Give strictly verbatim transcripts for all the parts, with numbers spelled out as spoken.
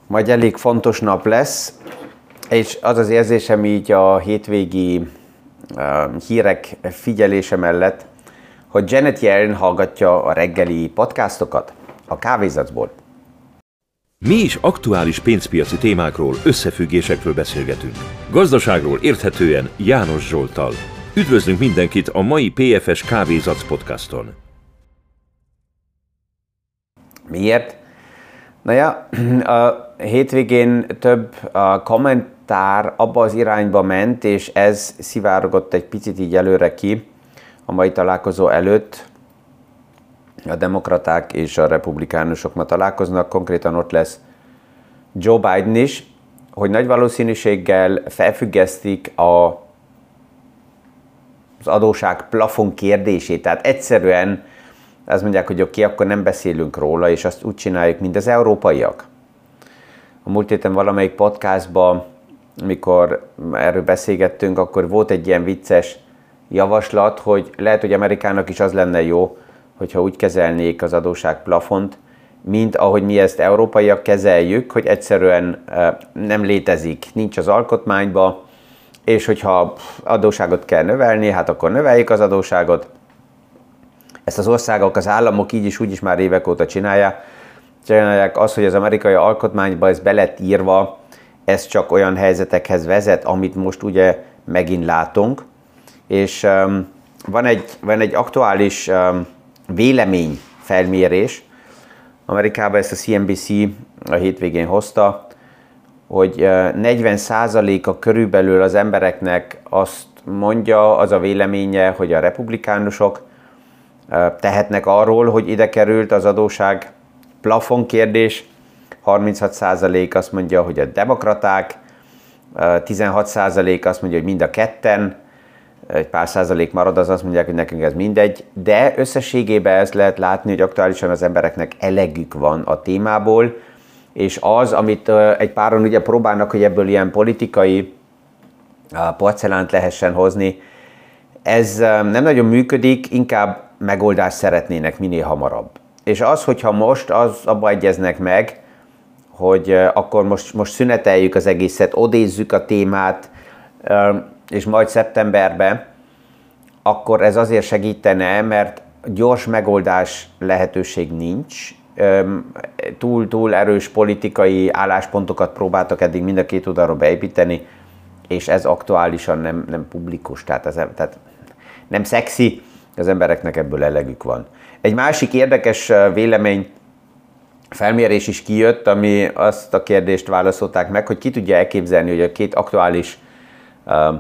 majd elég fontos nap lesz, és az az érzésem így a hétvégi uh, hírek figyelése mellett, hogy Janet Yellen hallgatja a reggeli podcastokat a kávézacból. Mi is aktuális pénzpiaci témákról, összefüggésekről beszélgetünk. Gazdaságról érthetően János Zsolttal. Üdvözlünk mindenkit a mai pé ef es Kávézac podcaston. Miért? Na ja, a hétvégén több a kommentár abba az irányba ment, és ez szivárgott egy picit így előre ki a mai találkozó előtt. A demokraták és a republikánusok ma találkoznak, konkrétan ott lesz Joe Biden is, hogy nagy valószínűséggel felfüggesztik a, az adósság plafon kérdését. Tehát egyszerűen azt mondják, hogy oké, akkor nem beszélünk róla, és azt úgy csináljuk, mint az európaiak. A múlt héten valamelyik podcastban, amikor erről beszélgettünk, akkor volt egy ilyen vicces javaslat, hogy lehet, hogy Amerikának is az lenne jó, hogyha úgy kezelnék az adósság plafont, mint ahogy mi ezt európaiak kezeljük, hogy egyszerűen nem létezik, nincs az alkotmányban, és hogyha adósságot kell növelni, hát akkor növeljük az adósságot. Ezt az országok, az államok így is, úgy is már évek óta csinálják. Csinálják azt, hogy az amerikai alkotmányba ez be lett írva, ez csak olyan helyzetekhez vezet, amit most ugye megint látunk. És um, van, egy, van egy aktuális um, véleményfelmérés. Amerikában ezt a cé en bé cé a hétvégén hozta, hogy uh, negyven százaléka körülbelül az embereknek azt mondja, az a véleménye, hogy a republikánusok uh, tehetnek arról, hogy ide került az adósság plafon kérdés. harminchat százalék azt mondja, hogy a demokraták, uh, tizenhat százalék azt mondja, hogy mind a ketten, egy pár százalék marad, az azt mondják, hogy nekünk ez mindegy, de összességében ezt lehet látni, hogy aktuálisan az embereknek elegük van a témából, és az, amit egy páron ugye próbálnak, hogy ebből ilyen politikai porcelánt lehessen hozni, ez nem nagyon működik, inkább megoldást szeretnének minél hamarabb. És az, hogyha most az abba egyeznek meg, hogy akkor most, most szüneteljük az egészet, odézzük a témát, és majd szeptemberben, akkor ez azért segítene, mert gyors megoldás lehetőség nincs. Túl-túl erős politikai álláspontokat próbáltak eddig mind a két oldalról beépíteni, és ez aktuálisan nem, nem publikus, tehát, az, tehát nem szexi, az embereknek ebből elegük van. Egy másik érdekes vélemény felmérés is kijött, ami azt a kérdést válaszolták meg, hogy ki tudja elképzelni, hogy a két aktuális uh,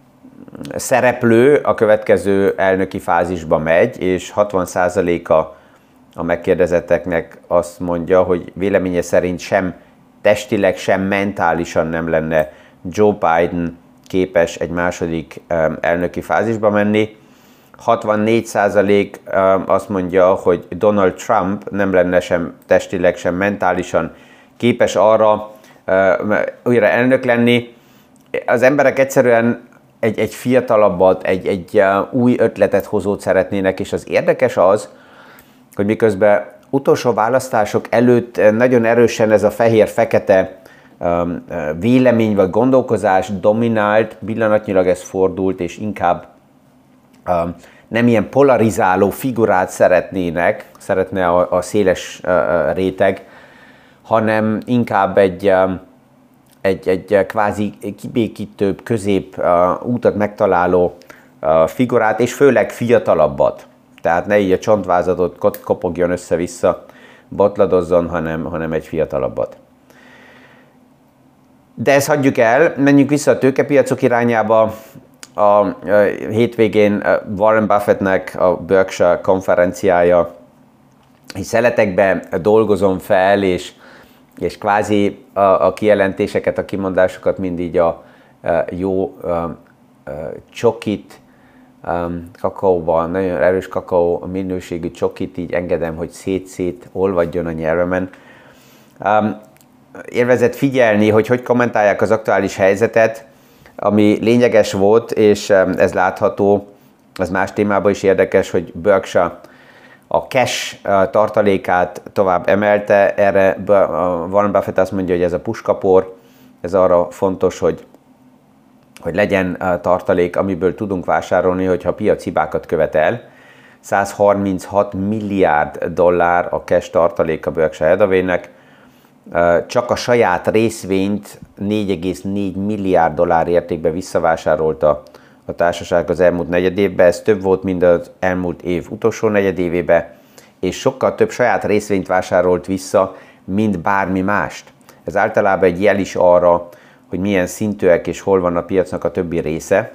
szereplő a következő elnöki fázisba megy, és hatvan százaléka a megkérdezetteknek azt mondja, hogy véleménye szerint sem testileg, sem mentálisan nem lenne Joe Biden képes egy második um, elnöki fázisba menni. hatvannégy százalék um, azt mondja, hogy Donald Trump nem lenne sem testileg, sem mentálisan képes arra uh, újra elnök lenni. Az emberek egyszerűen egy, egy fiatalabbat, egy, egy uh, új ötletet hozót szeretnének, és az érdekes az, hogy miközben utolsó választások előtt nagyon erősen ez a fehér-fekete um, vélemény vagy gondolkozás dominált, pillanatnyilag ez fordult, és inkább um, nem ilyen polarizáló figurát szeretnének, szeretne a, a széles uh, réteg, hanem inkább egy, um, egy, egy kvázi kibékítőbb, közép uh, útat megtaláló uh, figurát, és főleg fiatalabbat. Tehát ne így a csontvázatot kopogjon össze-vissza, botladozzon, hanem, hanem egy fiatalabbat. De ezt hagyjuk el, menjünk vissza a tőkepiacok irányába. A hétvégén Warren Buffettnek a Berkshire konferenciája, és szeletekben dolgozom fel, és, és kvázi a, a kijelentéseket, a kimondásokat mind így a, a jó a, a csokit, Um, kakaóban, nagyon erős kakaó minőségű csokit így engedem, hogy szét-szét olvadjon a nyelvemen. Um, élvezett figyelni, hogy hogy kommentálják az aktuális helyzetet, ami lényeges volt, és um, ez látható, ez más témában is érdekes, hogy Berkshire a cash tartalékát tovább emelte, erre Warren Buffett azt mondja, hogy ez a puskapor, ez arra fontos, hogy, hogy legyen tartalék, amiből tudunk vásárolni, hogyha a piac hibákat követel. százharminchat milliárd dollár a cash tartalék a Berkshire Hathaway-nek, csak a saját részvényt négy egész négy milliárd dollár értékben visszavásárolta a társaság az elmúlt negyedévben, ez több volt, mint az elmúlt év utolsó negyedévében, és sokkal több saját részvényt vásárolt vissza, mint bármi mást. Ez általában egy jel is arra, hogy milyen szintűek és hol van a piacnak a többi része.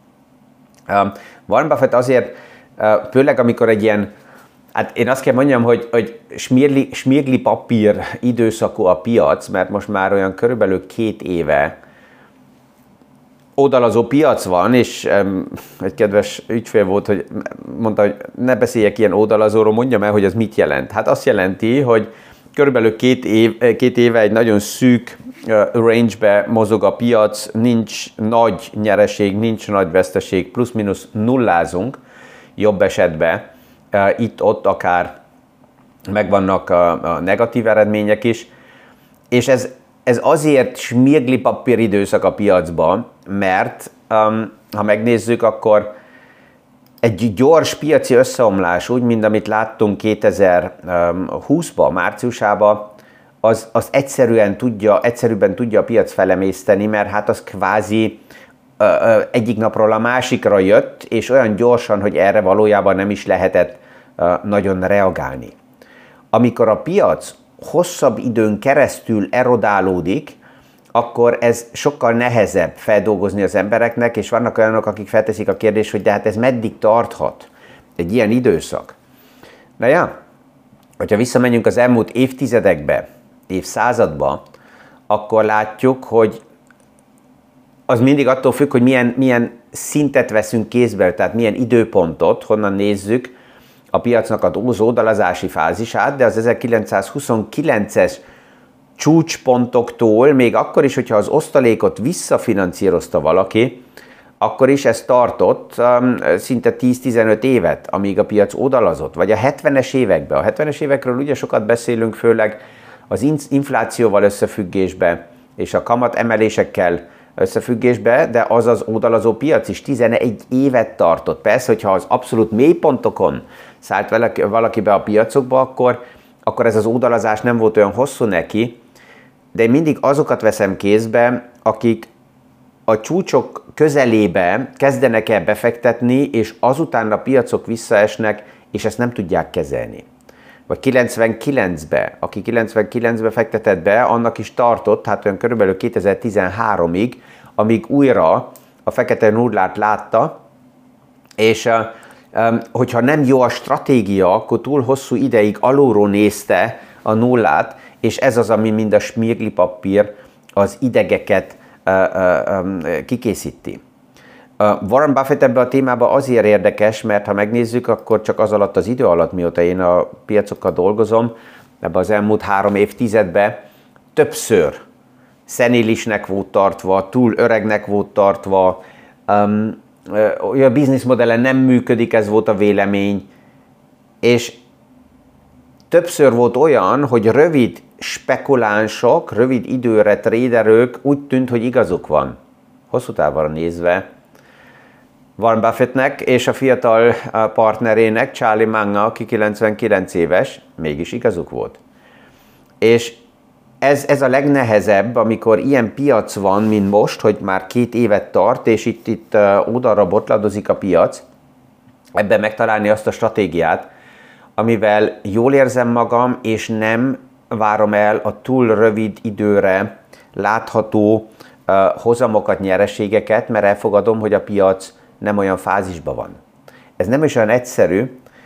Warren Buffett azért, főleg amikor egy ilyen, hát én azt kell mondjam, hogy, hogy smirli, smirli papír időszakú a piac, mert most már olyan körülbelül két éve oldalazó piac van, és um, egy kedves ügyfél volt, hogy mondta, hogy ne beszéljek ilyen oldalazóról, mondjam el, hogy ez mit jelent. Hát azt jelenti, hogy körülbelül két, év, két éve egy nagyon szűk uh, range-be mozog a piac, nincs nagy nyereség, nincs nagy veszteség, plusz-minusz nullázunk, jobb esetben. Uh, itt-ott akár megvannak a, a negatív eredmények is, és ez Ez azért smirgli papír időszak a piacban, mert um, ha megnézzük, akkor egy gyors piaci összeomlás, úgy, mint amit láttunk kétezer-húszban, márciusában, az, az egyszerűen tudja, egyszerűbben tudja a piac felemészteni, mert hát az kvázi ö, ö, egyik napról a másikra jött, és olyan gyorsan, hogy erre valójában nem is lehetett ö, nagyon reagálni. Amikor a piac hosszabb időn keresztül erodálódik, akkor ez sokkal nehezebb feldolgozni az embereknek, és vannak olyanok, akik felteszik a kérdést, hogy de hát ez meddig tarthat egy ilyen időszak. Na ja, hogyha visszamegyünk az elmúlt évtizedekbe, évszázadba, akkor látjuk, hogy az mindig attól függ, hogy milyen, milyen szintet veszünk kézbe, tehát milyen időpontot, honnan nézzük a piacnak az oldalazási fázisát, de az ezerkilencszázhuszonkilences csúcspontoktól, még akkor is, hogyha az osztalékot visszafinanszírozta valaki, akkor is ez tartott um, szinte tíz-tizenöt évet, amíg a piac oldalazott, vagy a hetvenes években. A hetvenes évekről ugye sokat beszélünk, főleg az inflációval összefüggésbe és a kamat emelésekkel összefüggésbe, de az az oldalazó piac is tizenegy évet tartott. Persze, hogyha az abszolút mélypontokon szállt valaki, valaki be a piacokba, akkor, akkor ez az oldalazás nem volt olyan hosszú neki, de én mindig azokat veszem kézbe, akik a csúcsok közelébe kezdenek el befektetni, és azután a piacok visszaesnek, és ezt nem tudják kezelni. Vagy kilencvenkilencben, aki kilencvenkilencben fektetett be, annak is tartott, hát olyan körülbelül kétezer-tizenháromig, amíg újra a fekete nullát látta, és hogyha nem jó a stratégia, akkor túl hosszú ideig alulról nézte a nullát, és ez az, ami mind a smirgli papír az idegeket kikészíti. Warren Buffett ebben a témában azért érdekes, mert ha megnézzük, akkor csak az alatt az idő alatt, mióta én a piacokkal dolgozom, ebben az elmúlt három évtizedben többször szenilisnek volt tartva, túl öregnek volt tartva, um, a bizniszmodellen nem működik, ez volt a vélemény, és többször volt olyan, hogy rövid spekulánsok, rövid időre tréderők úgy tűnt, hogy igazuk van. Hosszú távra nézve Warren Buffettnek és a fiatal partnerének, Charlie Munger, aki kilencvenkilenc éves, mégis igazuk volt. És ez, ez a legnehezebb, amikor ilyen piac van, mint most, hogy már két évet tart, és itt, itt oldalra botladozik a piac, ebben megtalálni azt a stratégiát, amivel jól érzem magam, és nem várom el a túl rövid időre látható uh, hozamokat, nyereségeket, mert elfogadom, hogy a piac nem olyan fázisban van. Ez nem is olyan egyszerű.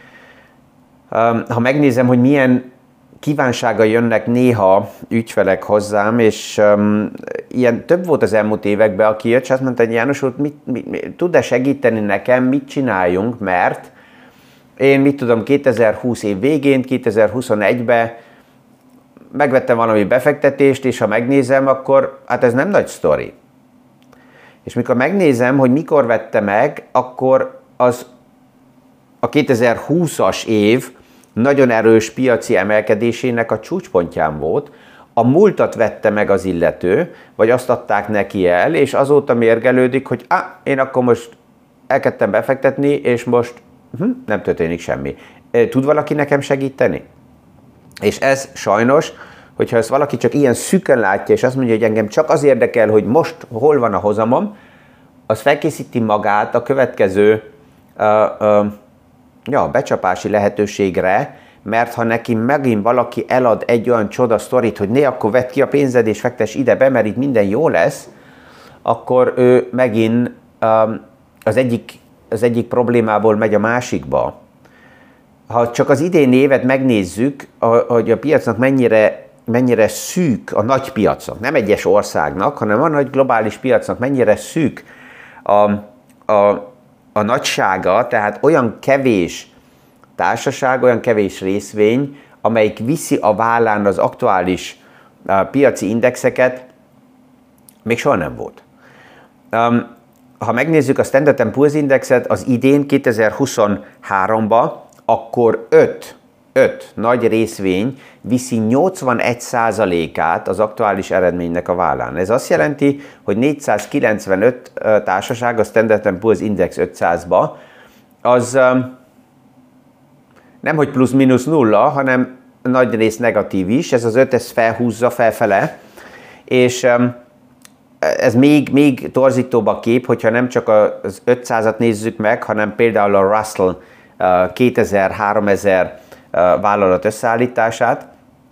Um, ha megnézem, hogy milyen kívánsága jönnek néha ügyfelek hozzám, és um, ilyen több volt az elmúlt években, aki jött, és azt mondta, hogy János úr, mit, mit, mit, tud-e segíteni nekem, mit csináljunk, mert én mit tudom, kétezer-húsz év végén, kétezer-huszonegyben megvettem valami befektetést, és ha megnézem, akkor hát ez nem nagy sztori. És mikor megnézem, hogy mikor vette meg, akkor az a kétezer-húszas év nagyon erős piaci emelkedésének a csúcspontján volt, a múltat vette meg az illető, vagy azt adták neki el, és azóta mérgelődik, hogy ah, én akkor most elkezdtem befektetni, és most hm, nem történik semmi. Tud valaki nekem segíteni? És ez sajnos, hogyha ezt valaki csak ilyen szűken látja, és azt mondja, hogy engem csak az érdekel, hogy most hol van a hozamom, az felkészíti magát a következő uh, uh, ja, becsapási lehetőségre, mert ha neki megint valaki elad egy olyan csoda sztorit, hogy né, akkor vedd ki a pénzed és fektess ide be, mert itt minden jó lesz, akkor ő megint um, az, egyik, az egyik problémából megy a másikba. Ha csak az idén évet megnézzük, hogy a piacnak mennyire, mennyire szűk, a nagy piacnak, nem egyes országnak, hanem a nagy globális piacnak mennyire szűk a, a, a nagysága, tehát olyan kevés társaság, olyan kevés részvény, amelyik viszi a vállán az aktuális uh, piaci indexeket, még soha nem volt. Um, ha megnézzük a Standard and Poor's indexet az idén, kétezer-huszonháromban, akkor öt, öt nagy részvény viszi nyolcvanegy százalékát az aktuális eredménynek a vállán. Ez azt jelenti, hogy négyszázkilencvenöt uh, társaság a Standard and Poor's Index ötszázba, az um, nem, hogy plusz-minusz nulla, hanem nagy rész negatív is, ez az öt, ez felhúzza felfele, és um, ez még, még torzítóbb a kép, hogyha nem csak az ötszázat nézzük meg, hanem például a Russell uh, kétezer-háromezer uh, vállalat összeállítását,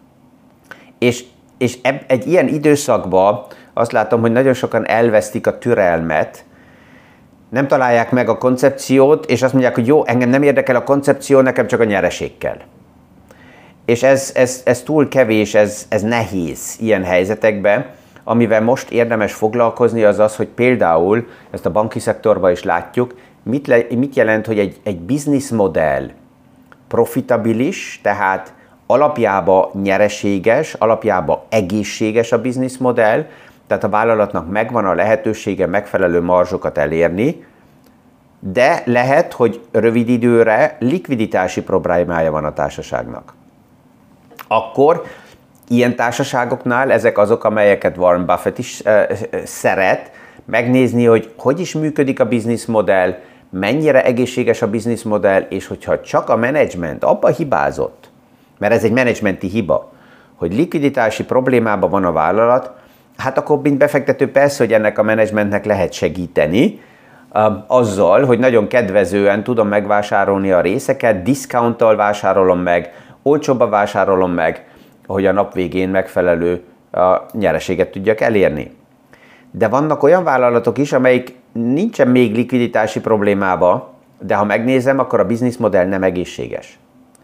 és, és eb, egy ilyen időszakban azt látom, hogy nagyon sokan elvesztik a türelmet, nem találják meg a koncepciót, és azt mondják, hogy jó, engem nem érdekel a koncepció, nekem csak a nyereség kell. És ez, ez, ez túl kevés, ez, ez nehéz ilyen helyzetekben. Amivel most érdemes foglalkozni, az az, hogy például, ezt a banki szektorban is látjuk, mit, le, mit jelent, hogy egy, egy bizniszmodell profitabilis, tehát alapjában nyereséges, alapjában egészséges a bizniszmodell, tehát a vállalatnak megvan a lehetősége megfelelő marzsokat elérni, de lehet, hogy rövid időre likviditási problémája van a társaságnak. Akkor ilyen társaságoknál ezek azok, amelyeket Warren Buffett is uh, szeret, megnézni, hogy hogy is működik a bizniszmodell, mennyire egészséges a bizniszmodell, és hogyha csak a menedzsment abba hibázott, mert ez egy menedzsmenti hiba, hogy likviditási problémában van a vállalat, hát akkor mint befektető persze, hogy ennek a menedzsmentnek lehet segíteni, um, azzal, hogy nagyon kedvezően tudom megvásárolni a részeket, diszkaunttal vásárolom meg, olcsóbban vásárolom meg, hogy a nap végén megfelelő a nyereséget tudjak elérni. De vannak olyan vállalatok is, amelyik nincsen még likviditási problémába, de ha megnézem, akkor a bizniszmodell nem egészséges.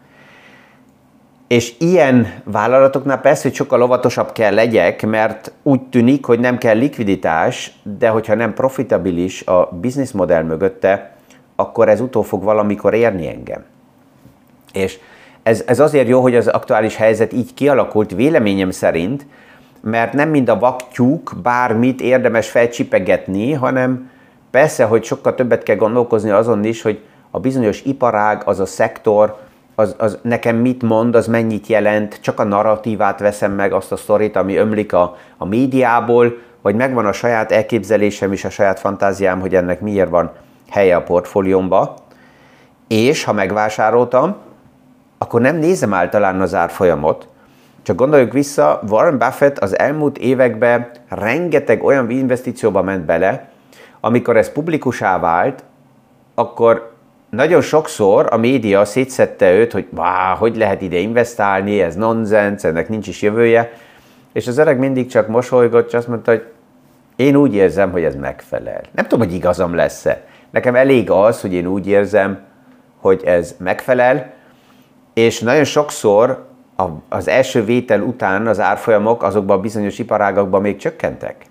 És ilyen vállalatoknál persze, hogy sokkal óvatosabb kell legyek, mert úgy tűnik, hogy nem kell likviditás, de hogyha nem profitabilis a bizniszmodell mögötte, akkor ez utol fog valamikor érni engem. És ez, ez azért jó, hogy az aktuális helyzet így kialakult véleményem szerint, mert nem mind a vaktyúk bármit érdemes felcsipegetni, hanem persze, hogy sokkal többet kell gondolkozni azon is, hogy a bizonyos iparág, az a szektor, az, az nekem mit mond, az mennyit jelent, csak a narratívát veszem meg, azt a sztorit, ami ömlik a, a médiából, vagy megvan a saját elképzelésem és a saját fantáziám, hogy ennek miért van helye a portfóliómba, és ha megvásároltam, akkor nem nézem általán az árfolyamot, csak gondoljuk vissza, Warren Buffett az elmúlt években rengeteg olyan investícióba ment bele, amikor ez publikussá vált, akkor nagyon sokszor a média szétszedte őt, hogy vá, hogy lehet ide investálni, ez nonsens, ennek nincs is jövője, és az öreg mindig csak mosolygott, és azt mondta, hogy én úgy érzem, hogy ez megfelel. Nem tudom, hogy igazam lesz-e. Nekem elég az, hogy én úgy érzem, hogy ez megfelel, és nagyon sokszor az első vétel után az árfolyamok azokban a bizonyos iparágakban még csökkentek.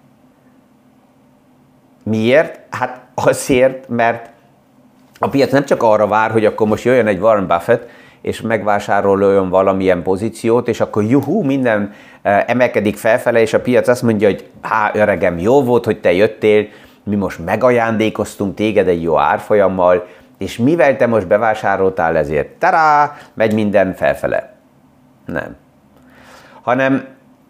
Miért? Hát azért, mert a piac nem csak arra vár, hogy akkor most jöjjön egy Warren Buffett, és megvásároljon valamilyen pozíciót, és akkor juhú, minden emelkedik felfele, és a piac azt mondja, hogy há, öregem, jó volt, hogy te jöttél, mi most megajándékoztunk téged egy jó árfolyammal, és mivel te most bevásároltál, ezért tará, megy minden felfele. Nem. Hanem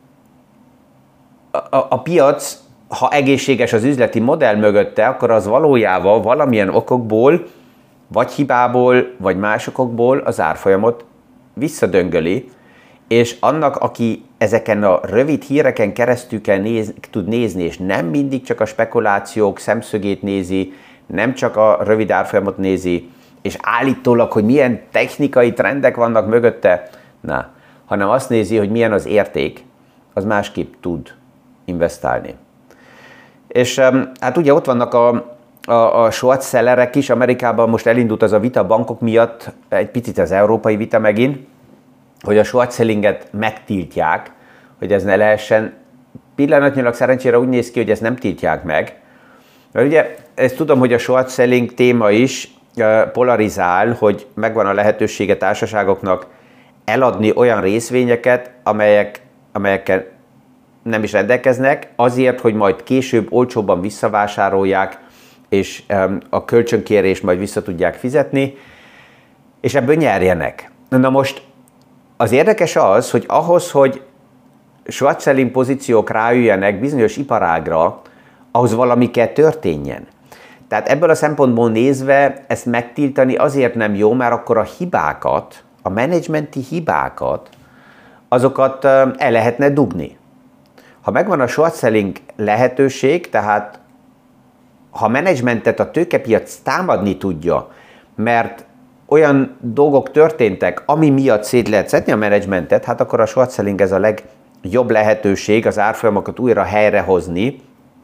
a, a, a piac, ha egészséges az üzleti modell mögötte, akkor az valójában valamilyen okokból, vagy hibából, vagy másokból az árfolyamot visszadöngöli, és annak, aki ezeken a rövid híreken keresztül kell néz, tud nézni, és nem mindig csak a spekulációk szemszögét nézi, nem csak a rövid árfolyamot nézi, és állítólag, hogy milyen technikai trendek vannak mögötte, na, hanem azt nézi, hogy milyen az érték, az másképp tud investálni. És hát ugye ott vannak a, a, a short sellerek is, Amerikában most elindult az a vita bankok miatt, egy picit az európai vita megint, hogy a short sellinget megtiltják, hogy ez ne lehessen. Pillanatnyilag szerencsére úgy néz ki, hogy ezt nem tiltják meg. Mert ugye ezt tudom, hogy a short selling téma is polarizál, hogy megvan a lehetősége társaságoknak eladni olyan részvényeket, amelyek, amelyekkel nem is rendelkeznek, azért, hogy majd később olcsóbban visszavásárolják, és a kölcsönkérést majd vissza tudják fizetni, és ebből nyerjenek. Na most az érdekes az, hogy ahhoz, hogy short selling pozíciók ráüljenek bizonyos iparágra, ahhoz valami kell történjen. Tehát ebből a szempontból nézve ezt megtiltani azért nem jó, mert akkor a hibákat, a menedzsmenti hibákat, azokat el lehetne dugni. Ha megvan a short selling lehetőség, tehát ha a menedzsmentet a tőkepiac támadni tudja, mert olyan dolgok történtek, ami miatt szét lehet szedni a menedzsmentet, hát akkor a short selling ez a legjobb lehetőség az árfolyamokat újra helyrehozni,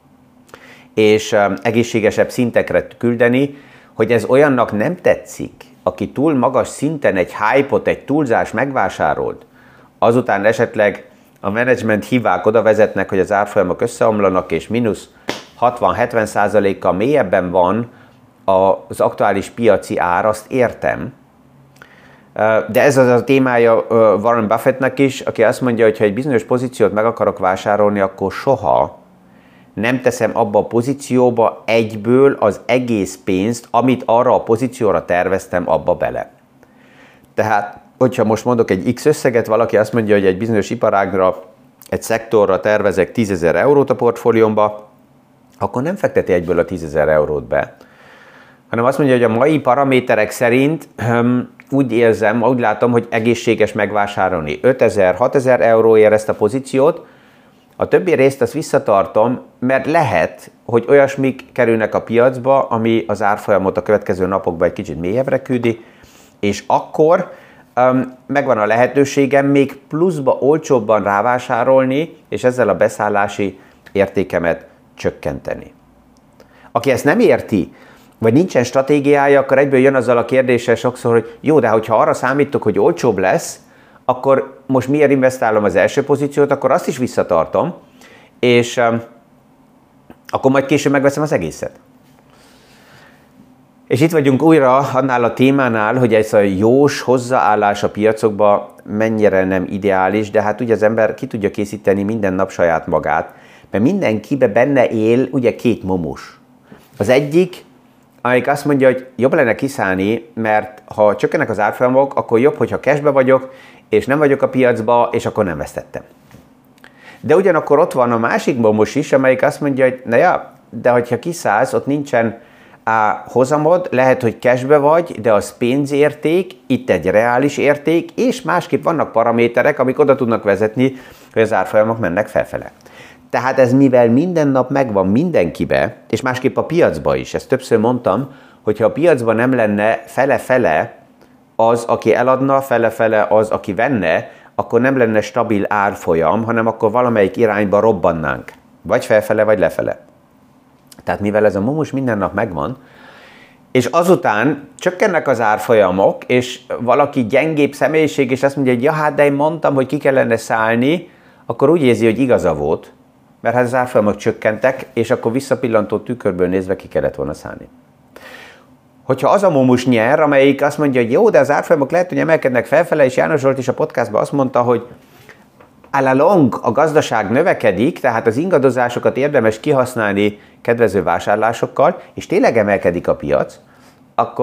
és egészségesebb szintekre küldeni, hogy ez olyannak nem tetszik, aki túl magas szinten egy hype-ot, egy túlzás megvásárolt, azután esetleg a menedzsment hibák oda vezetnek, hogy az árfolyamok összeomlanak, és mínusz hatvan-hetven százalékkal mélyebben van az aktuális piaci ár, azt értem. De ez az a témája Warren Buffettnek is, aki azt mondja, hogy ha egy bizonyos pozíciót meg akarok vásárolni, akkor soha nem teszem abba a pozícióba egyből az egész pénzt, amit arra a pozícióra terveztem, abba bele. Tehát, hogyha most mondok egy X összeget, valaki azt mondja, hogy egy bizonyos iparágra, egy szektorra tervezek tízezer eurót a portfóliómba, akkor nem fekteti egyből a tízezer eurót be, hanem azt mondja, hogy a mai paraméterek szerint um, úgy érzem, úgy látom, hogy egészséges megvásárolni ötezer, hatezer euróért ezt a pozíciót, a többi részt azt visszatartom, mert lehet, hogy olyasmik kerülnek a piacba, ami az árfolyamot a következő napokban egy kicsit mélyebbre küldi, és akkor um, megvan a lehetőségem még pluszba olcsóbban rávásárolni, és ezzel a beszállási értékemet csökkenteni. Aki ezt nem érti, vagy nincsen stratégiája, akkor egyből jön azzal a kérdéssel sokszor, hogy jó, de hogyha arra számítok, hogy olcsóbb lesz, akkor most miért investálom az első pozíciót, akkor azt is visszatartom, és um, akkor majd később megveszem az egészet. És itt vagyunk újra annál a témánál, hogy ez a jós hozzáállás a piacokba mennyire nem ideális, de hát ugye az ember ki tudja készíteni minden nap saját magát, mert mindenkibe benne él ugye két momus. Az egyik, amelyik azt mondja, hogy jobb lenne kiszállni, mert ha csökkennek az árfolyamok, akkor jobb, hogyha cashbe vagyok, és nem vagyok a piacba, és akkor nem vesztettem. De ugyanakkor ott van a másik momus is, amelyik azt mondja, hogy na ja, de hogyha kiszállsz, ott nincsen á, hozamod, lehet, hogy cashbe vagy, de az pénzérték, itt egy reális érték, és másképp vannak paraméterek, amik oda tudnak vezetni, hogy az árfolyamok mennek felfele. Tehát ez mivel minden nap megvan mindenkibe, és másképp a piacba is, ezt többször mondtam, hogyha a piacban nem lenne fele-fele az, aki eladna, fele-fele az, aki venne, akkor nem lenne stabil árfolyam, hanem akkor valamelyik irányba robbannánk. Vagy felfele, vagy lefele. Tehát mivel ez a mumus minden nap megvan, és azután csökkennek az árfolyamok, és valaki gyengébb személyiség, és azt mondja, hogy ja, hát de én mondtam, hogy ki kellene szállni, akkor úgy érzi, hogy igaza volt, mert hát az árfolyamok csökkentek, és akkor visszapillantó tükörből nézve ki kellett volna szállni. Hogyha az a mumus nyer, amelyik azt mondja, hogy jó, de az árfolyamok lehet, hogy emelkednek felfele, és János Zsolt is a podcastban azt mondta, hogy all along a gazdaság növekedik, tehát az ingadozásokat érdemes kihasználni kedvező vásárlásokkal, és tényleg emelkedik a piac, akkor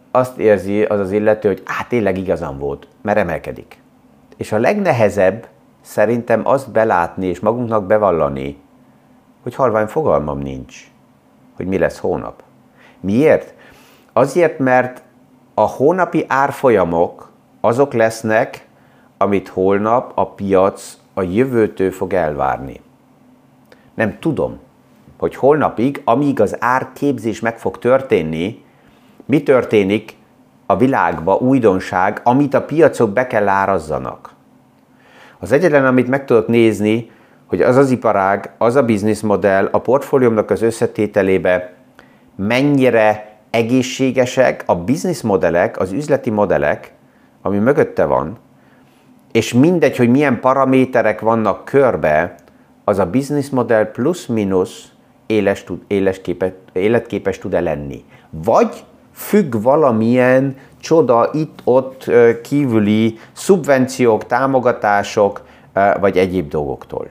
azt érzi az az illető, hogy á, tényleg igazam volt, mert emelkedik. És a legnehezebb szerintem azt belátni és magunknak bevallani, hogy halvány fogalmam nincs, hogy mi lesz hónap. Miért? Azért, mert a hónapi árfolyamok azok lesznek, amit holnap a piac a jövőtől fog elvárni. Nem tudom, hogy holnapig, amíg az árképzés meg fog történni, mi történik a világba, újdonság, amit a piacok be kell árazzanak. Az egyetlen, amit meg tudok nézni, hogy az az iparág, az a bizniszmodell a portfóliómnak az összetételébe mennyire egészségesek a bizniszmodellek, az üzleti modellek, ami mögötte van, és mindegy, hogy milyen paraméterek vannak körbe, az a bizniszmodell plusz-minusz éles, éles képes, életképes tud-e lenni. Vagy függ valamilyen csoda itt-ott kívüli szubvenciók, támogatások, vagy egyéb dolgoktól.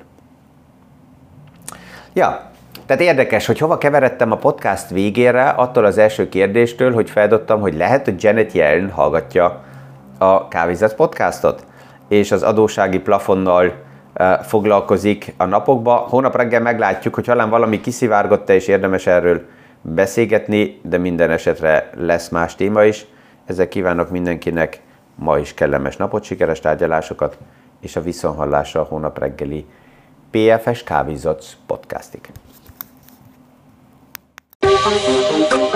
Ja, tehát érdekes, hogy hova keveredtem a podcast végére, attól az első kérdéstől, hogy feldobtam, hogy lehet, hogy Janet Yellen hallgatja a Kávézac podcastot, és az adóssági plafonnal foglalkozik a napokban. Hónap reggel meglátjuk, hogy talán valami kiszivárgott-e, és érdemes erről beszélgetni, de minden esetre lesz más téma is. Ezzel kívánok mindenkinek ma is kellemes napot, sikeres tárgyalásokat, és a viszonthallásra a hónap reggeli pé ef es Kávézac podcastig.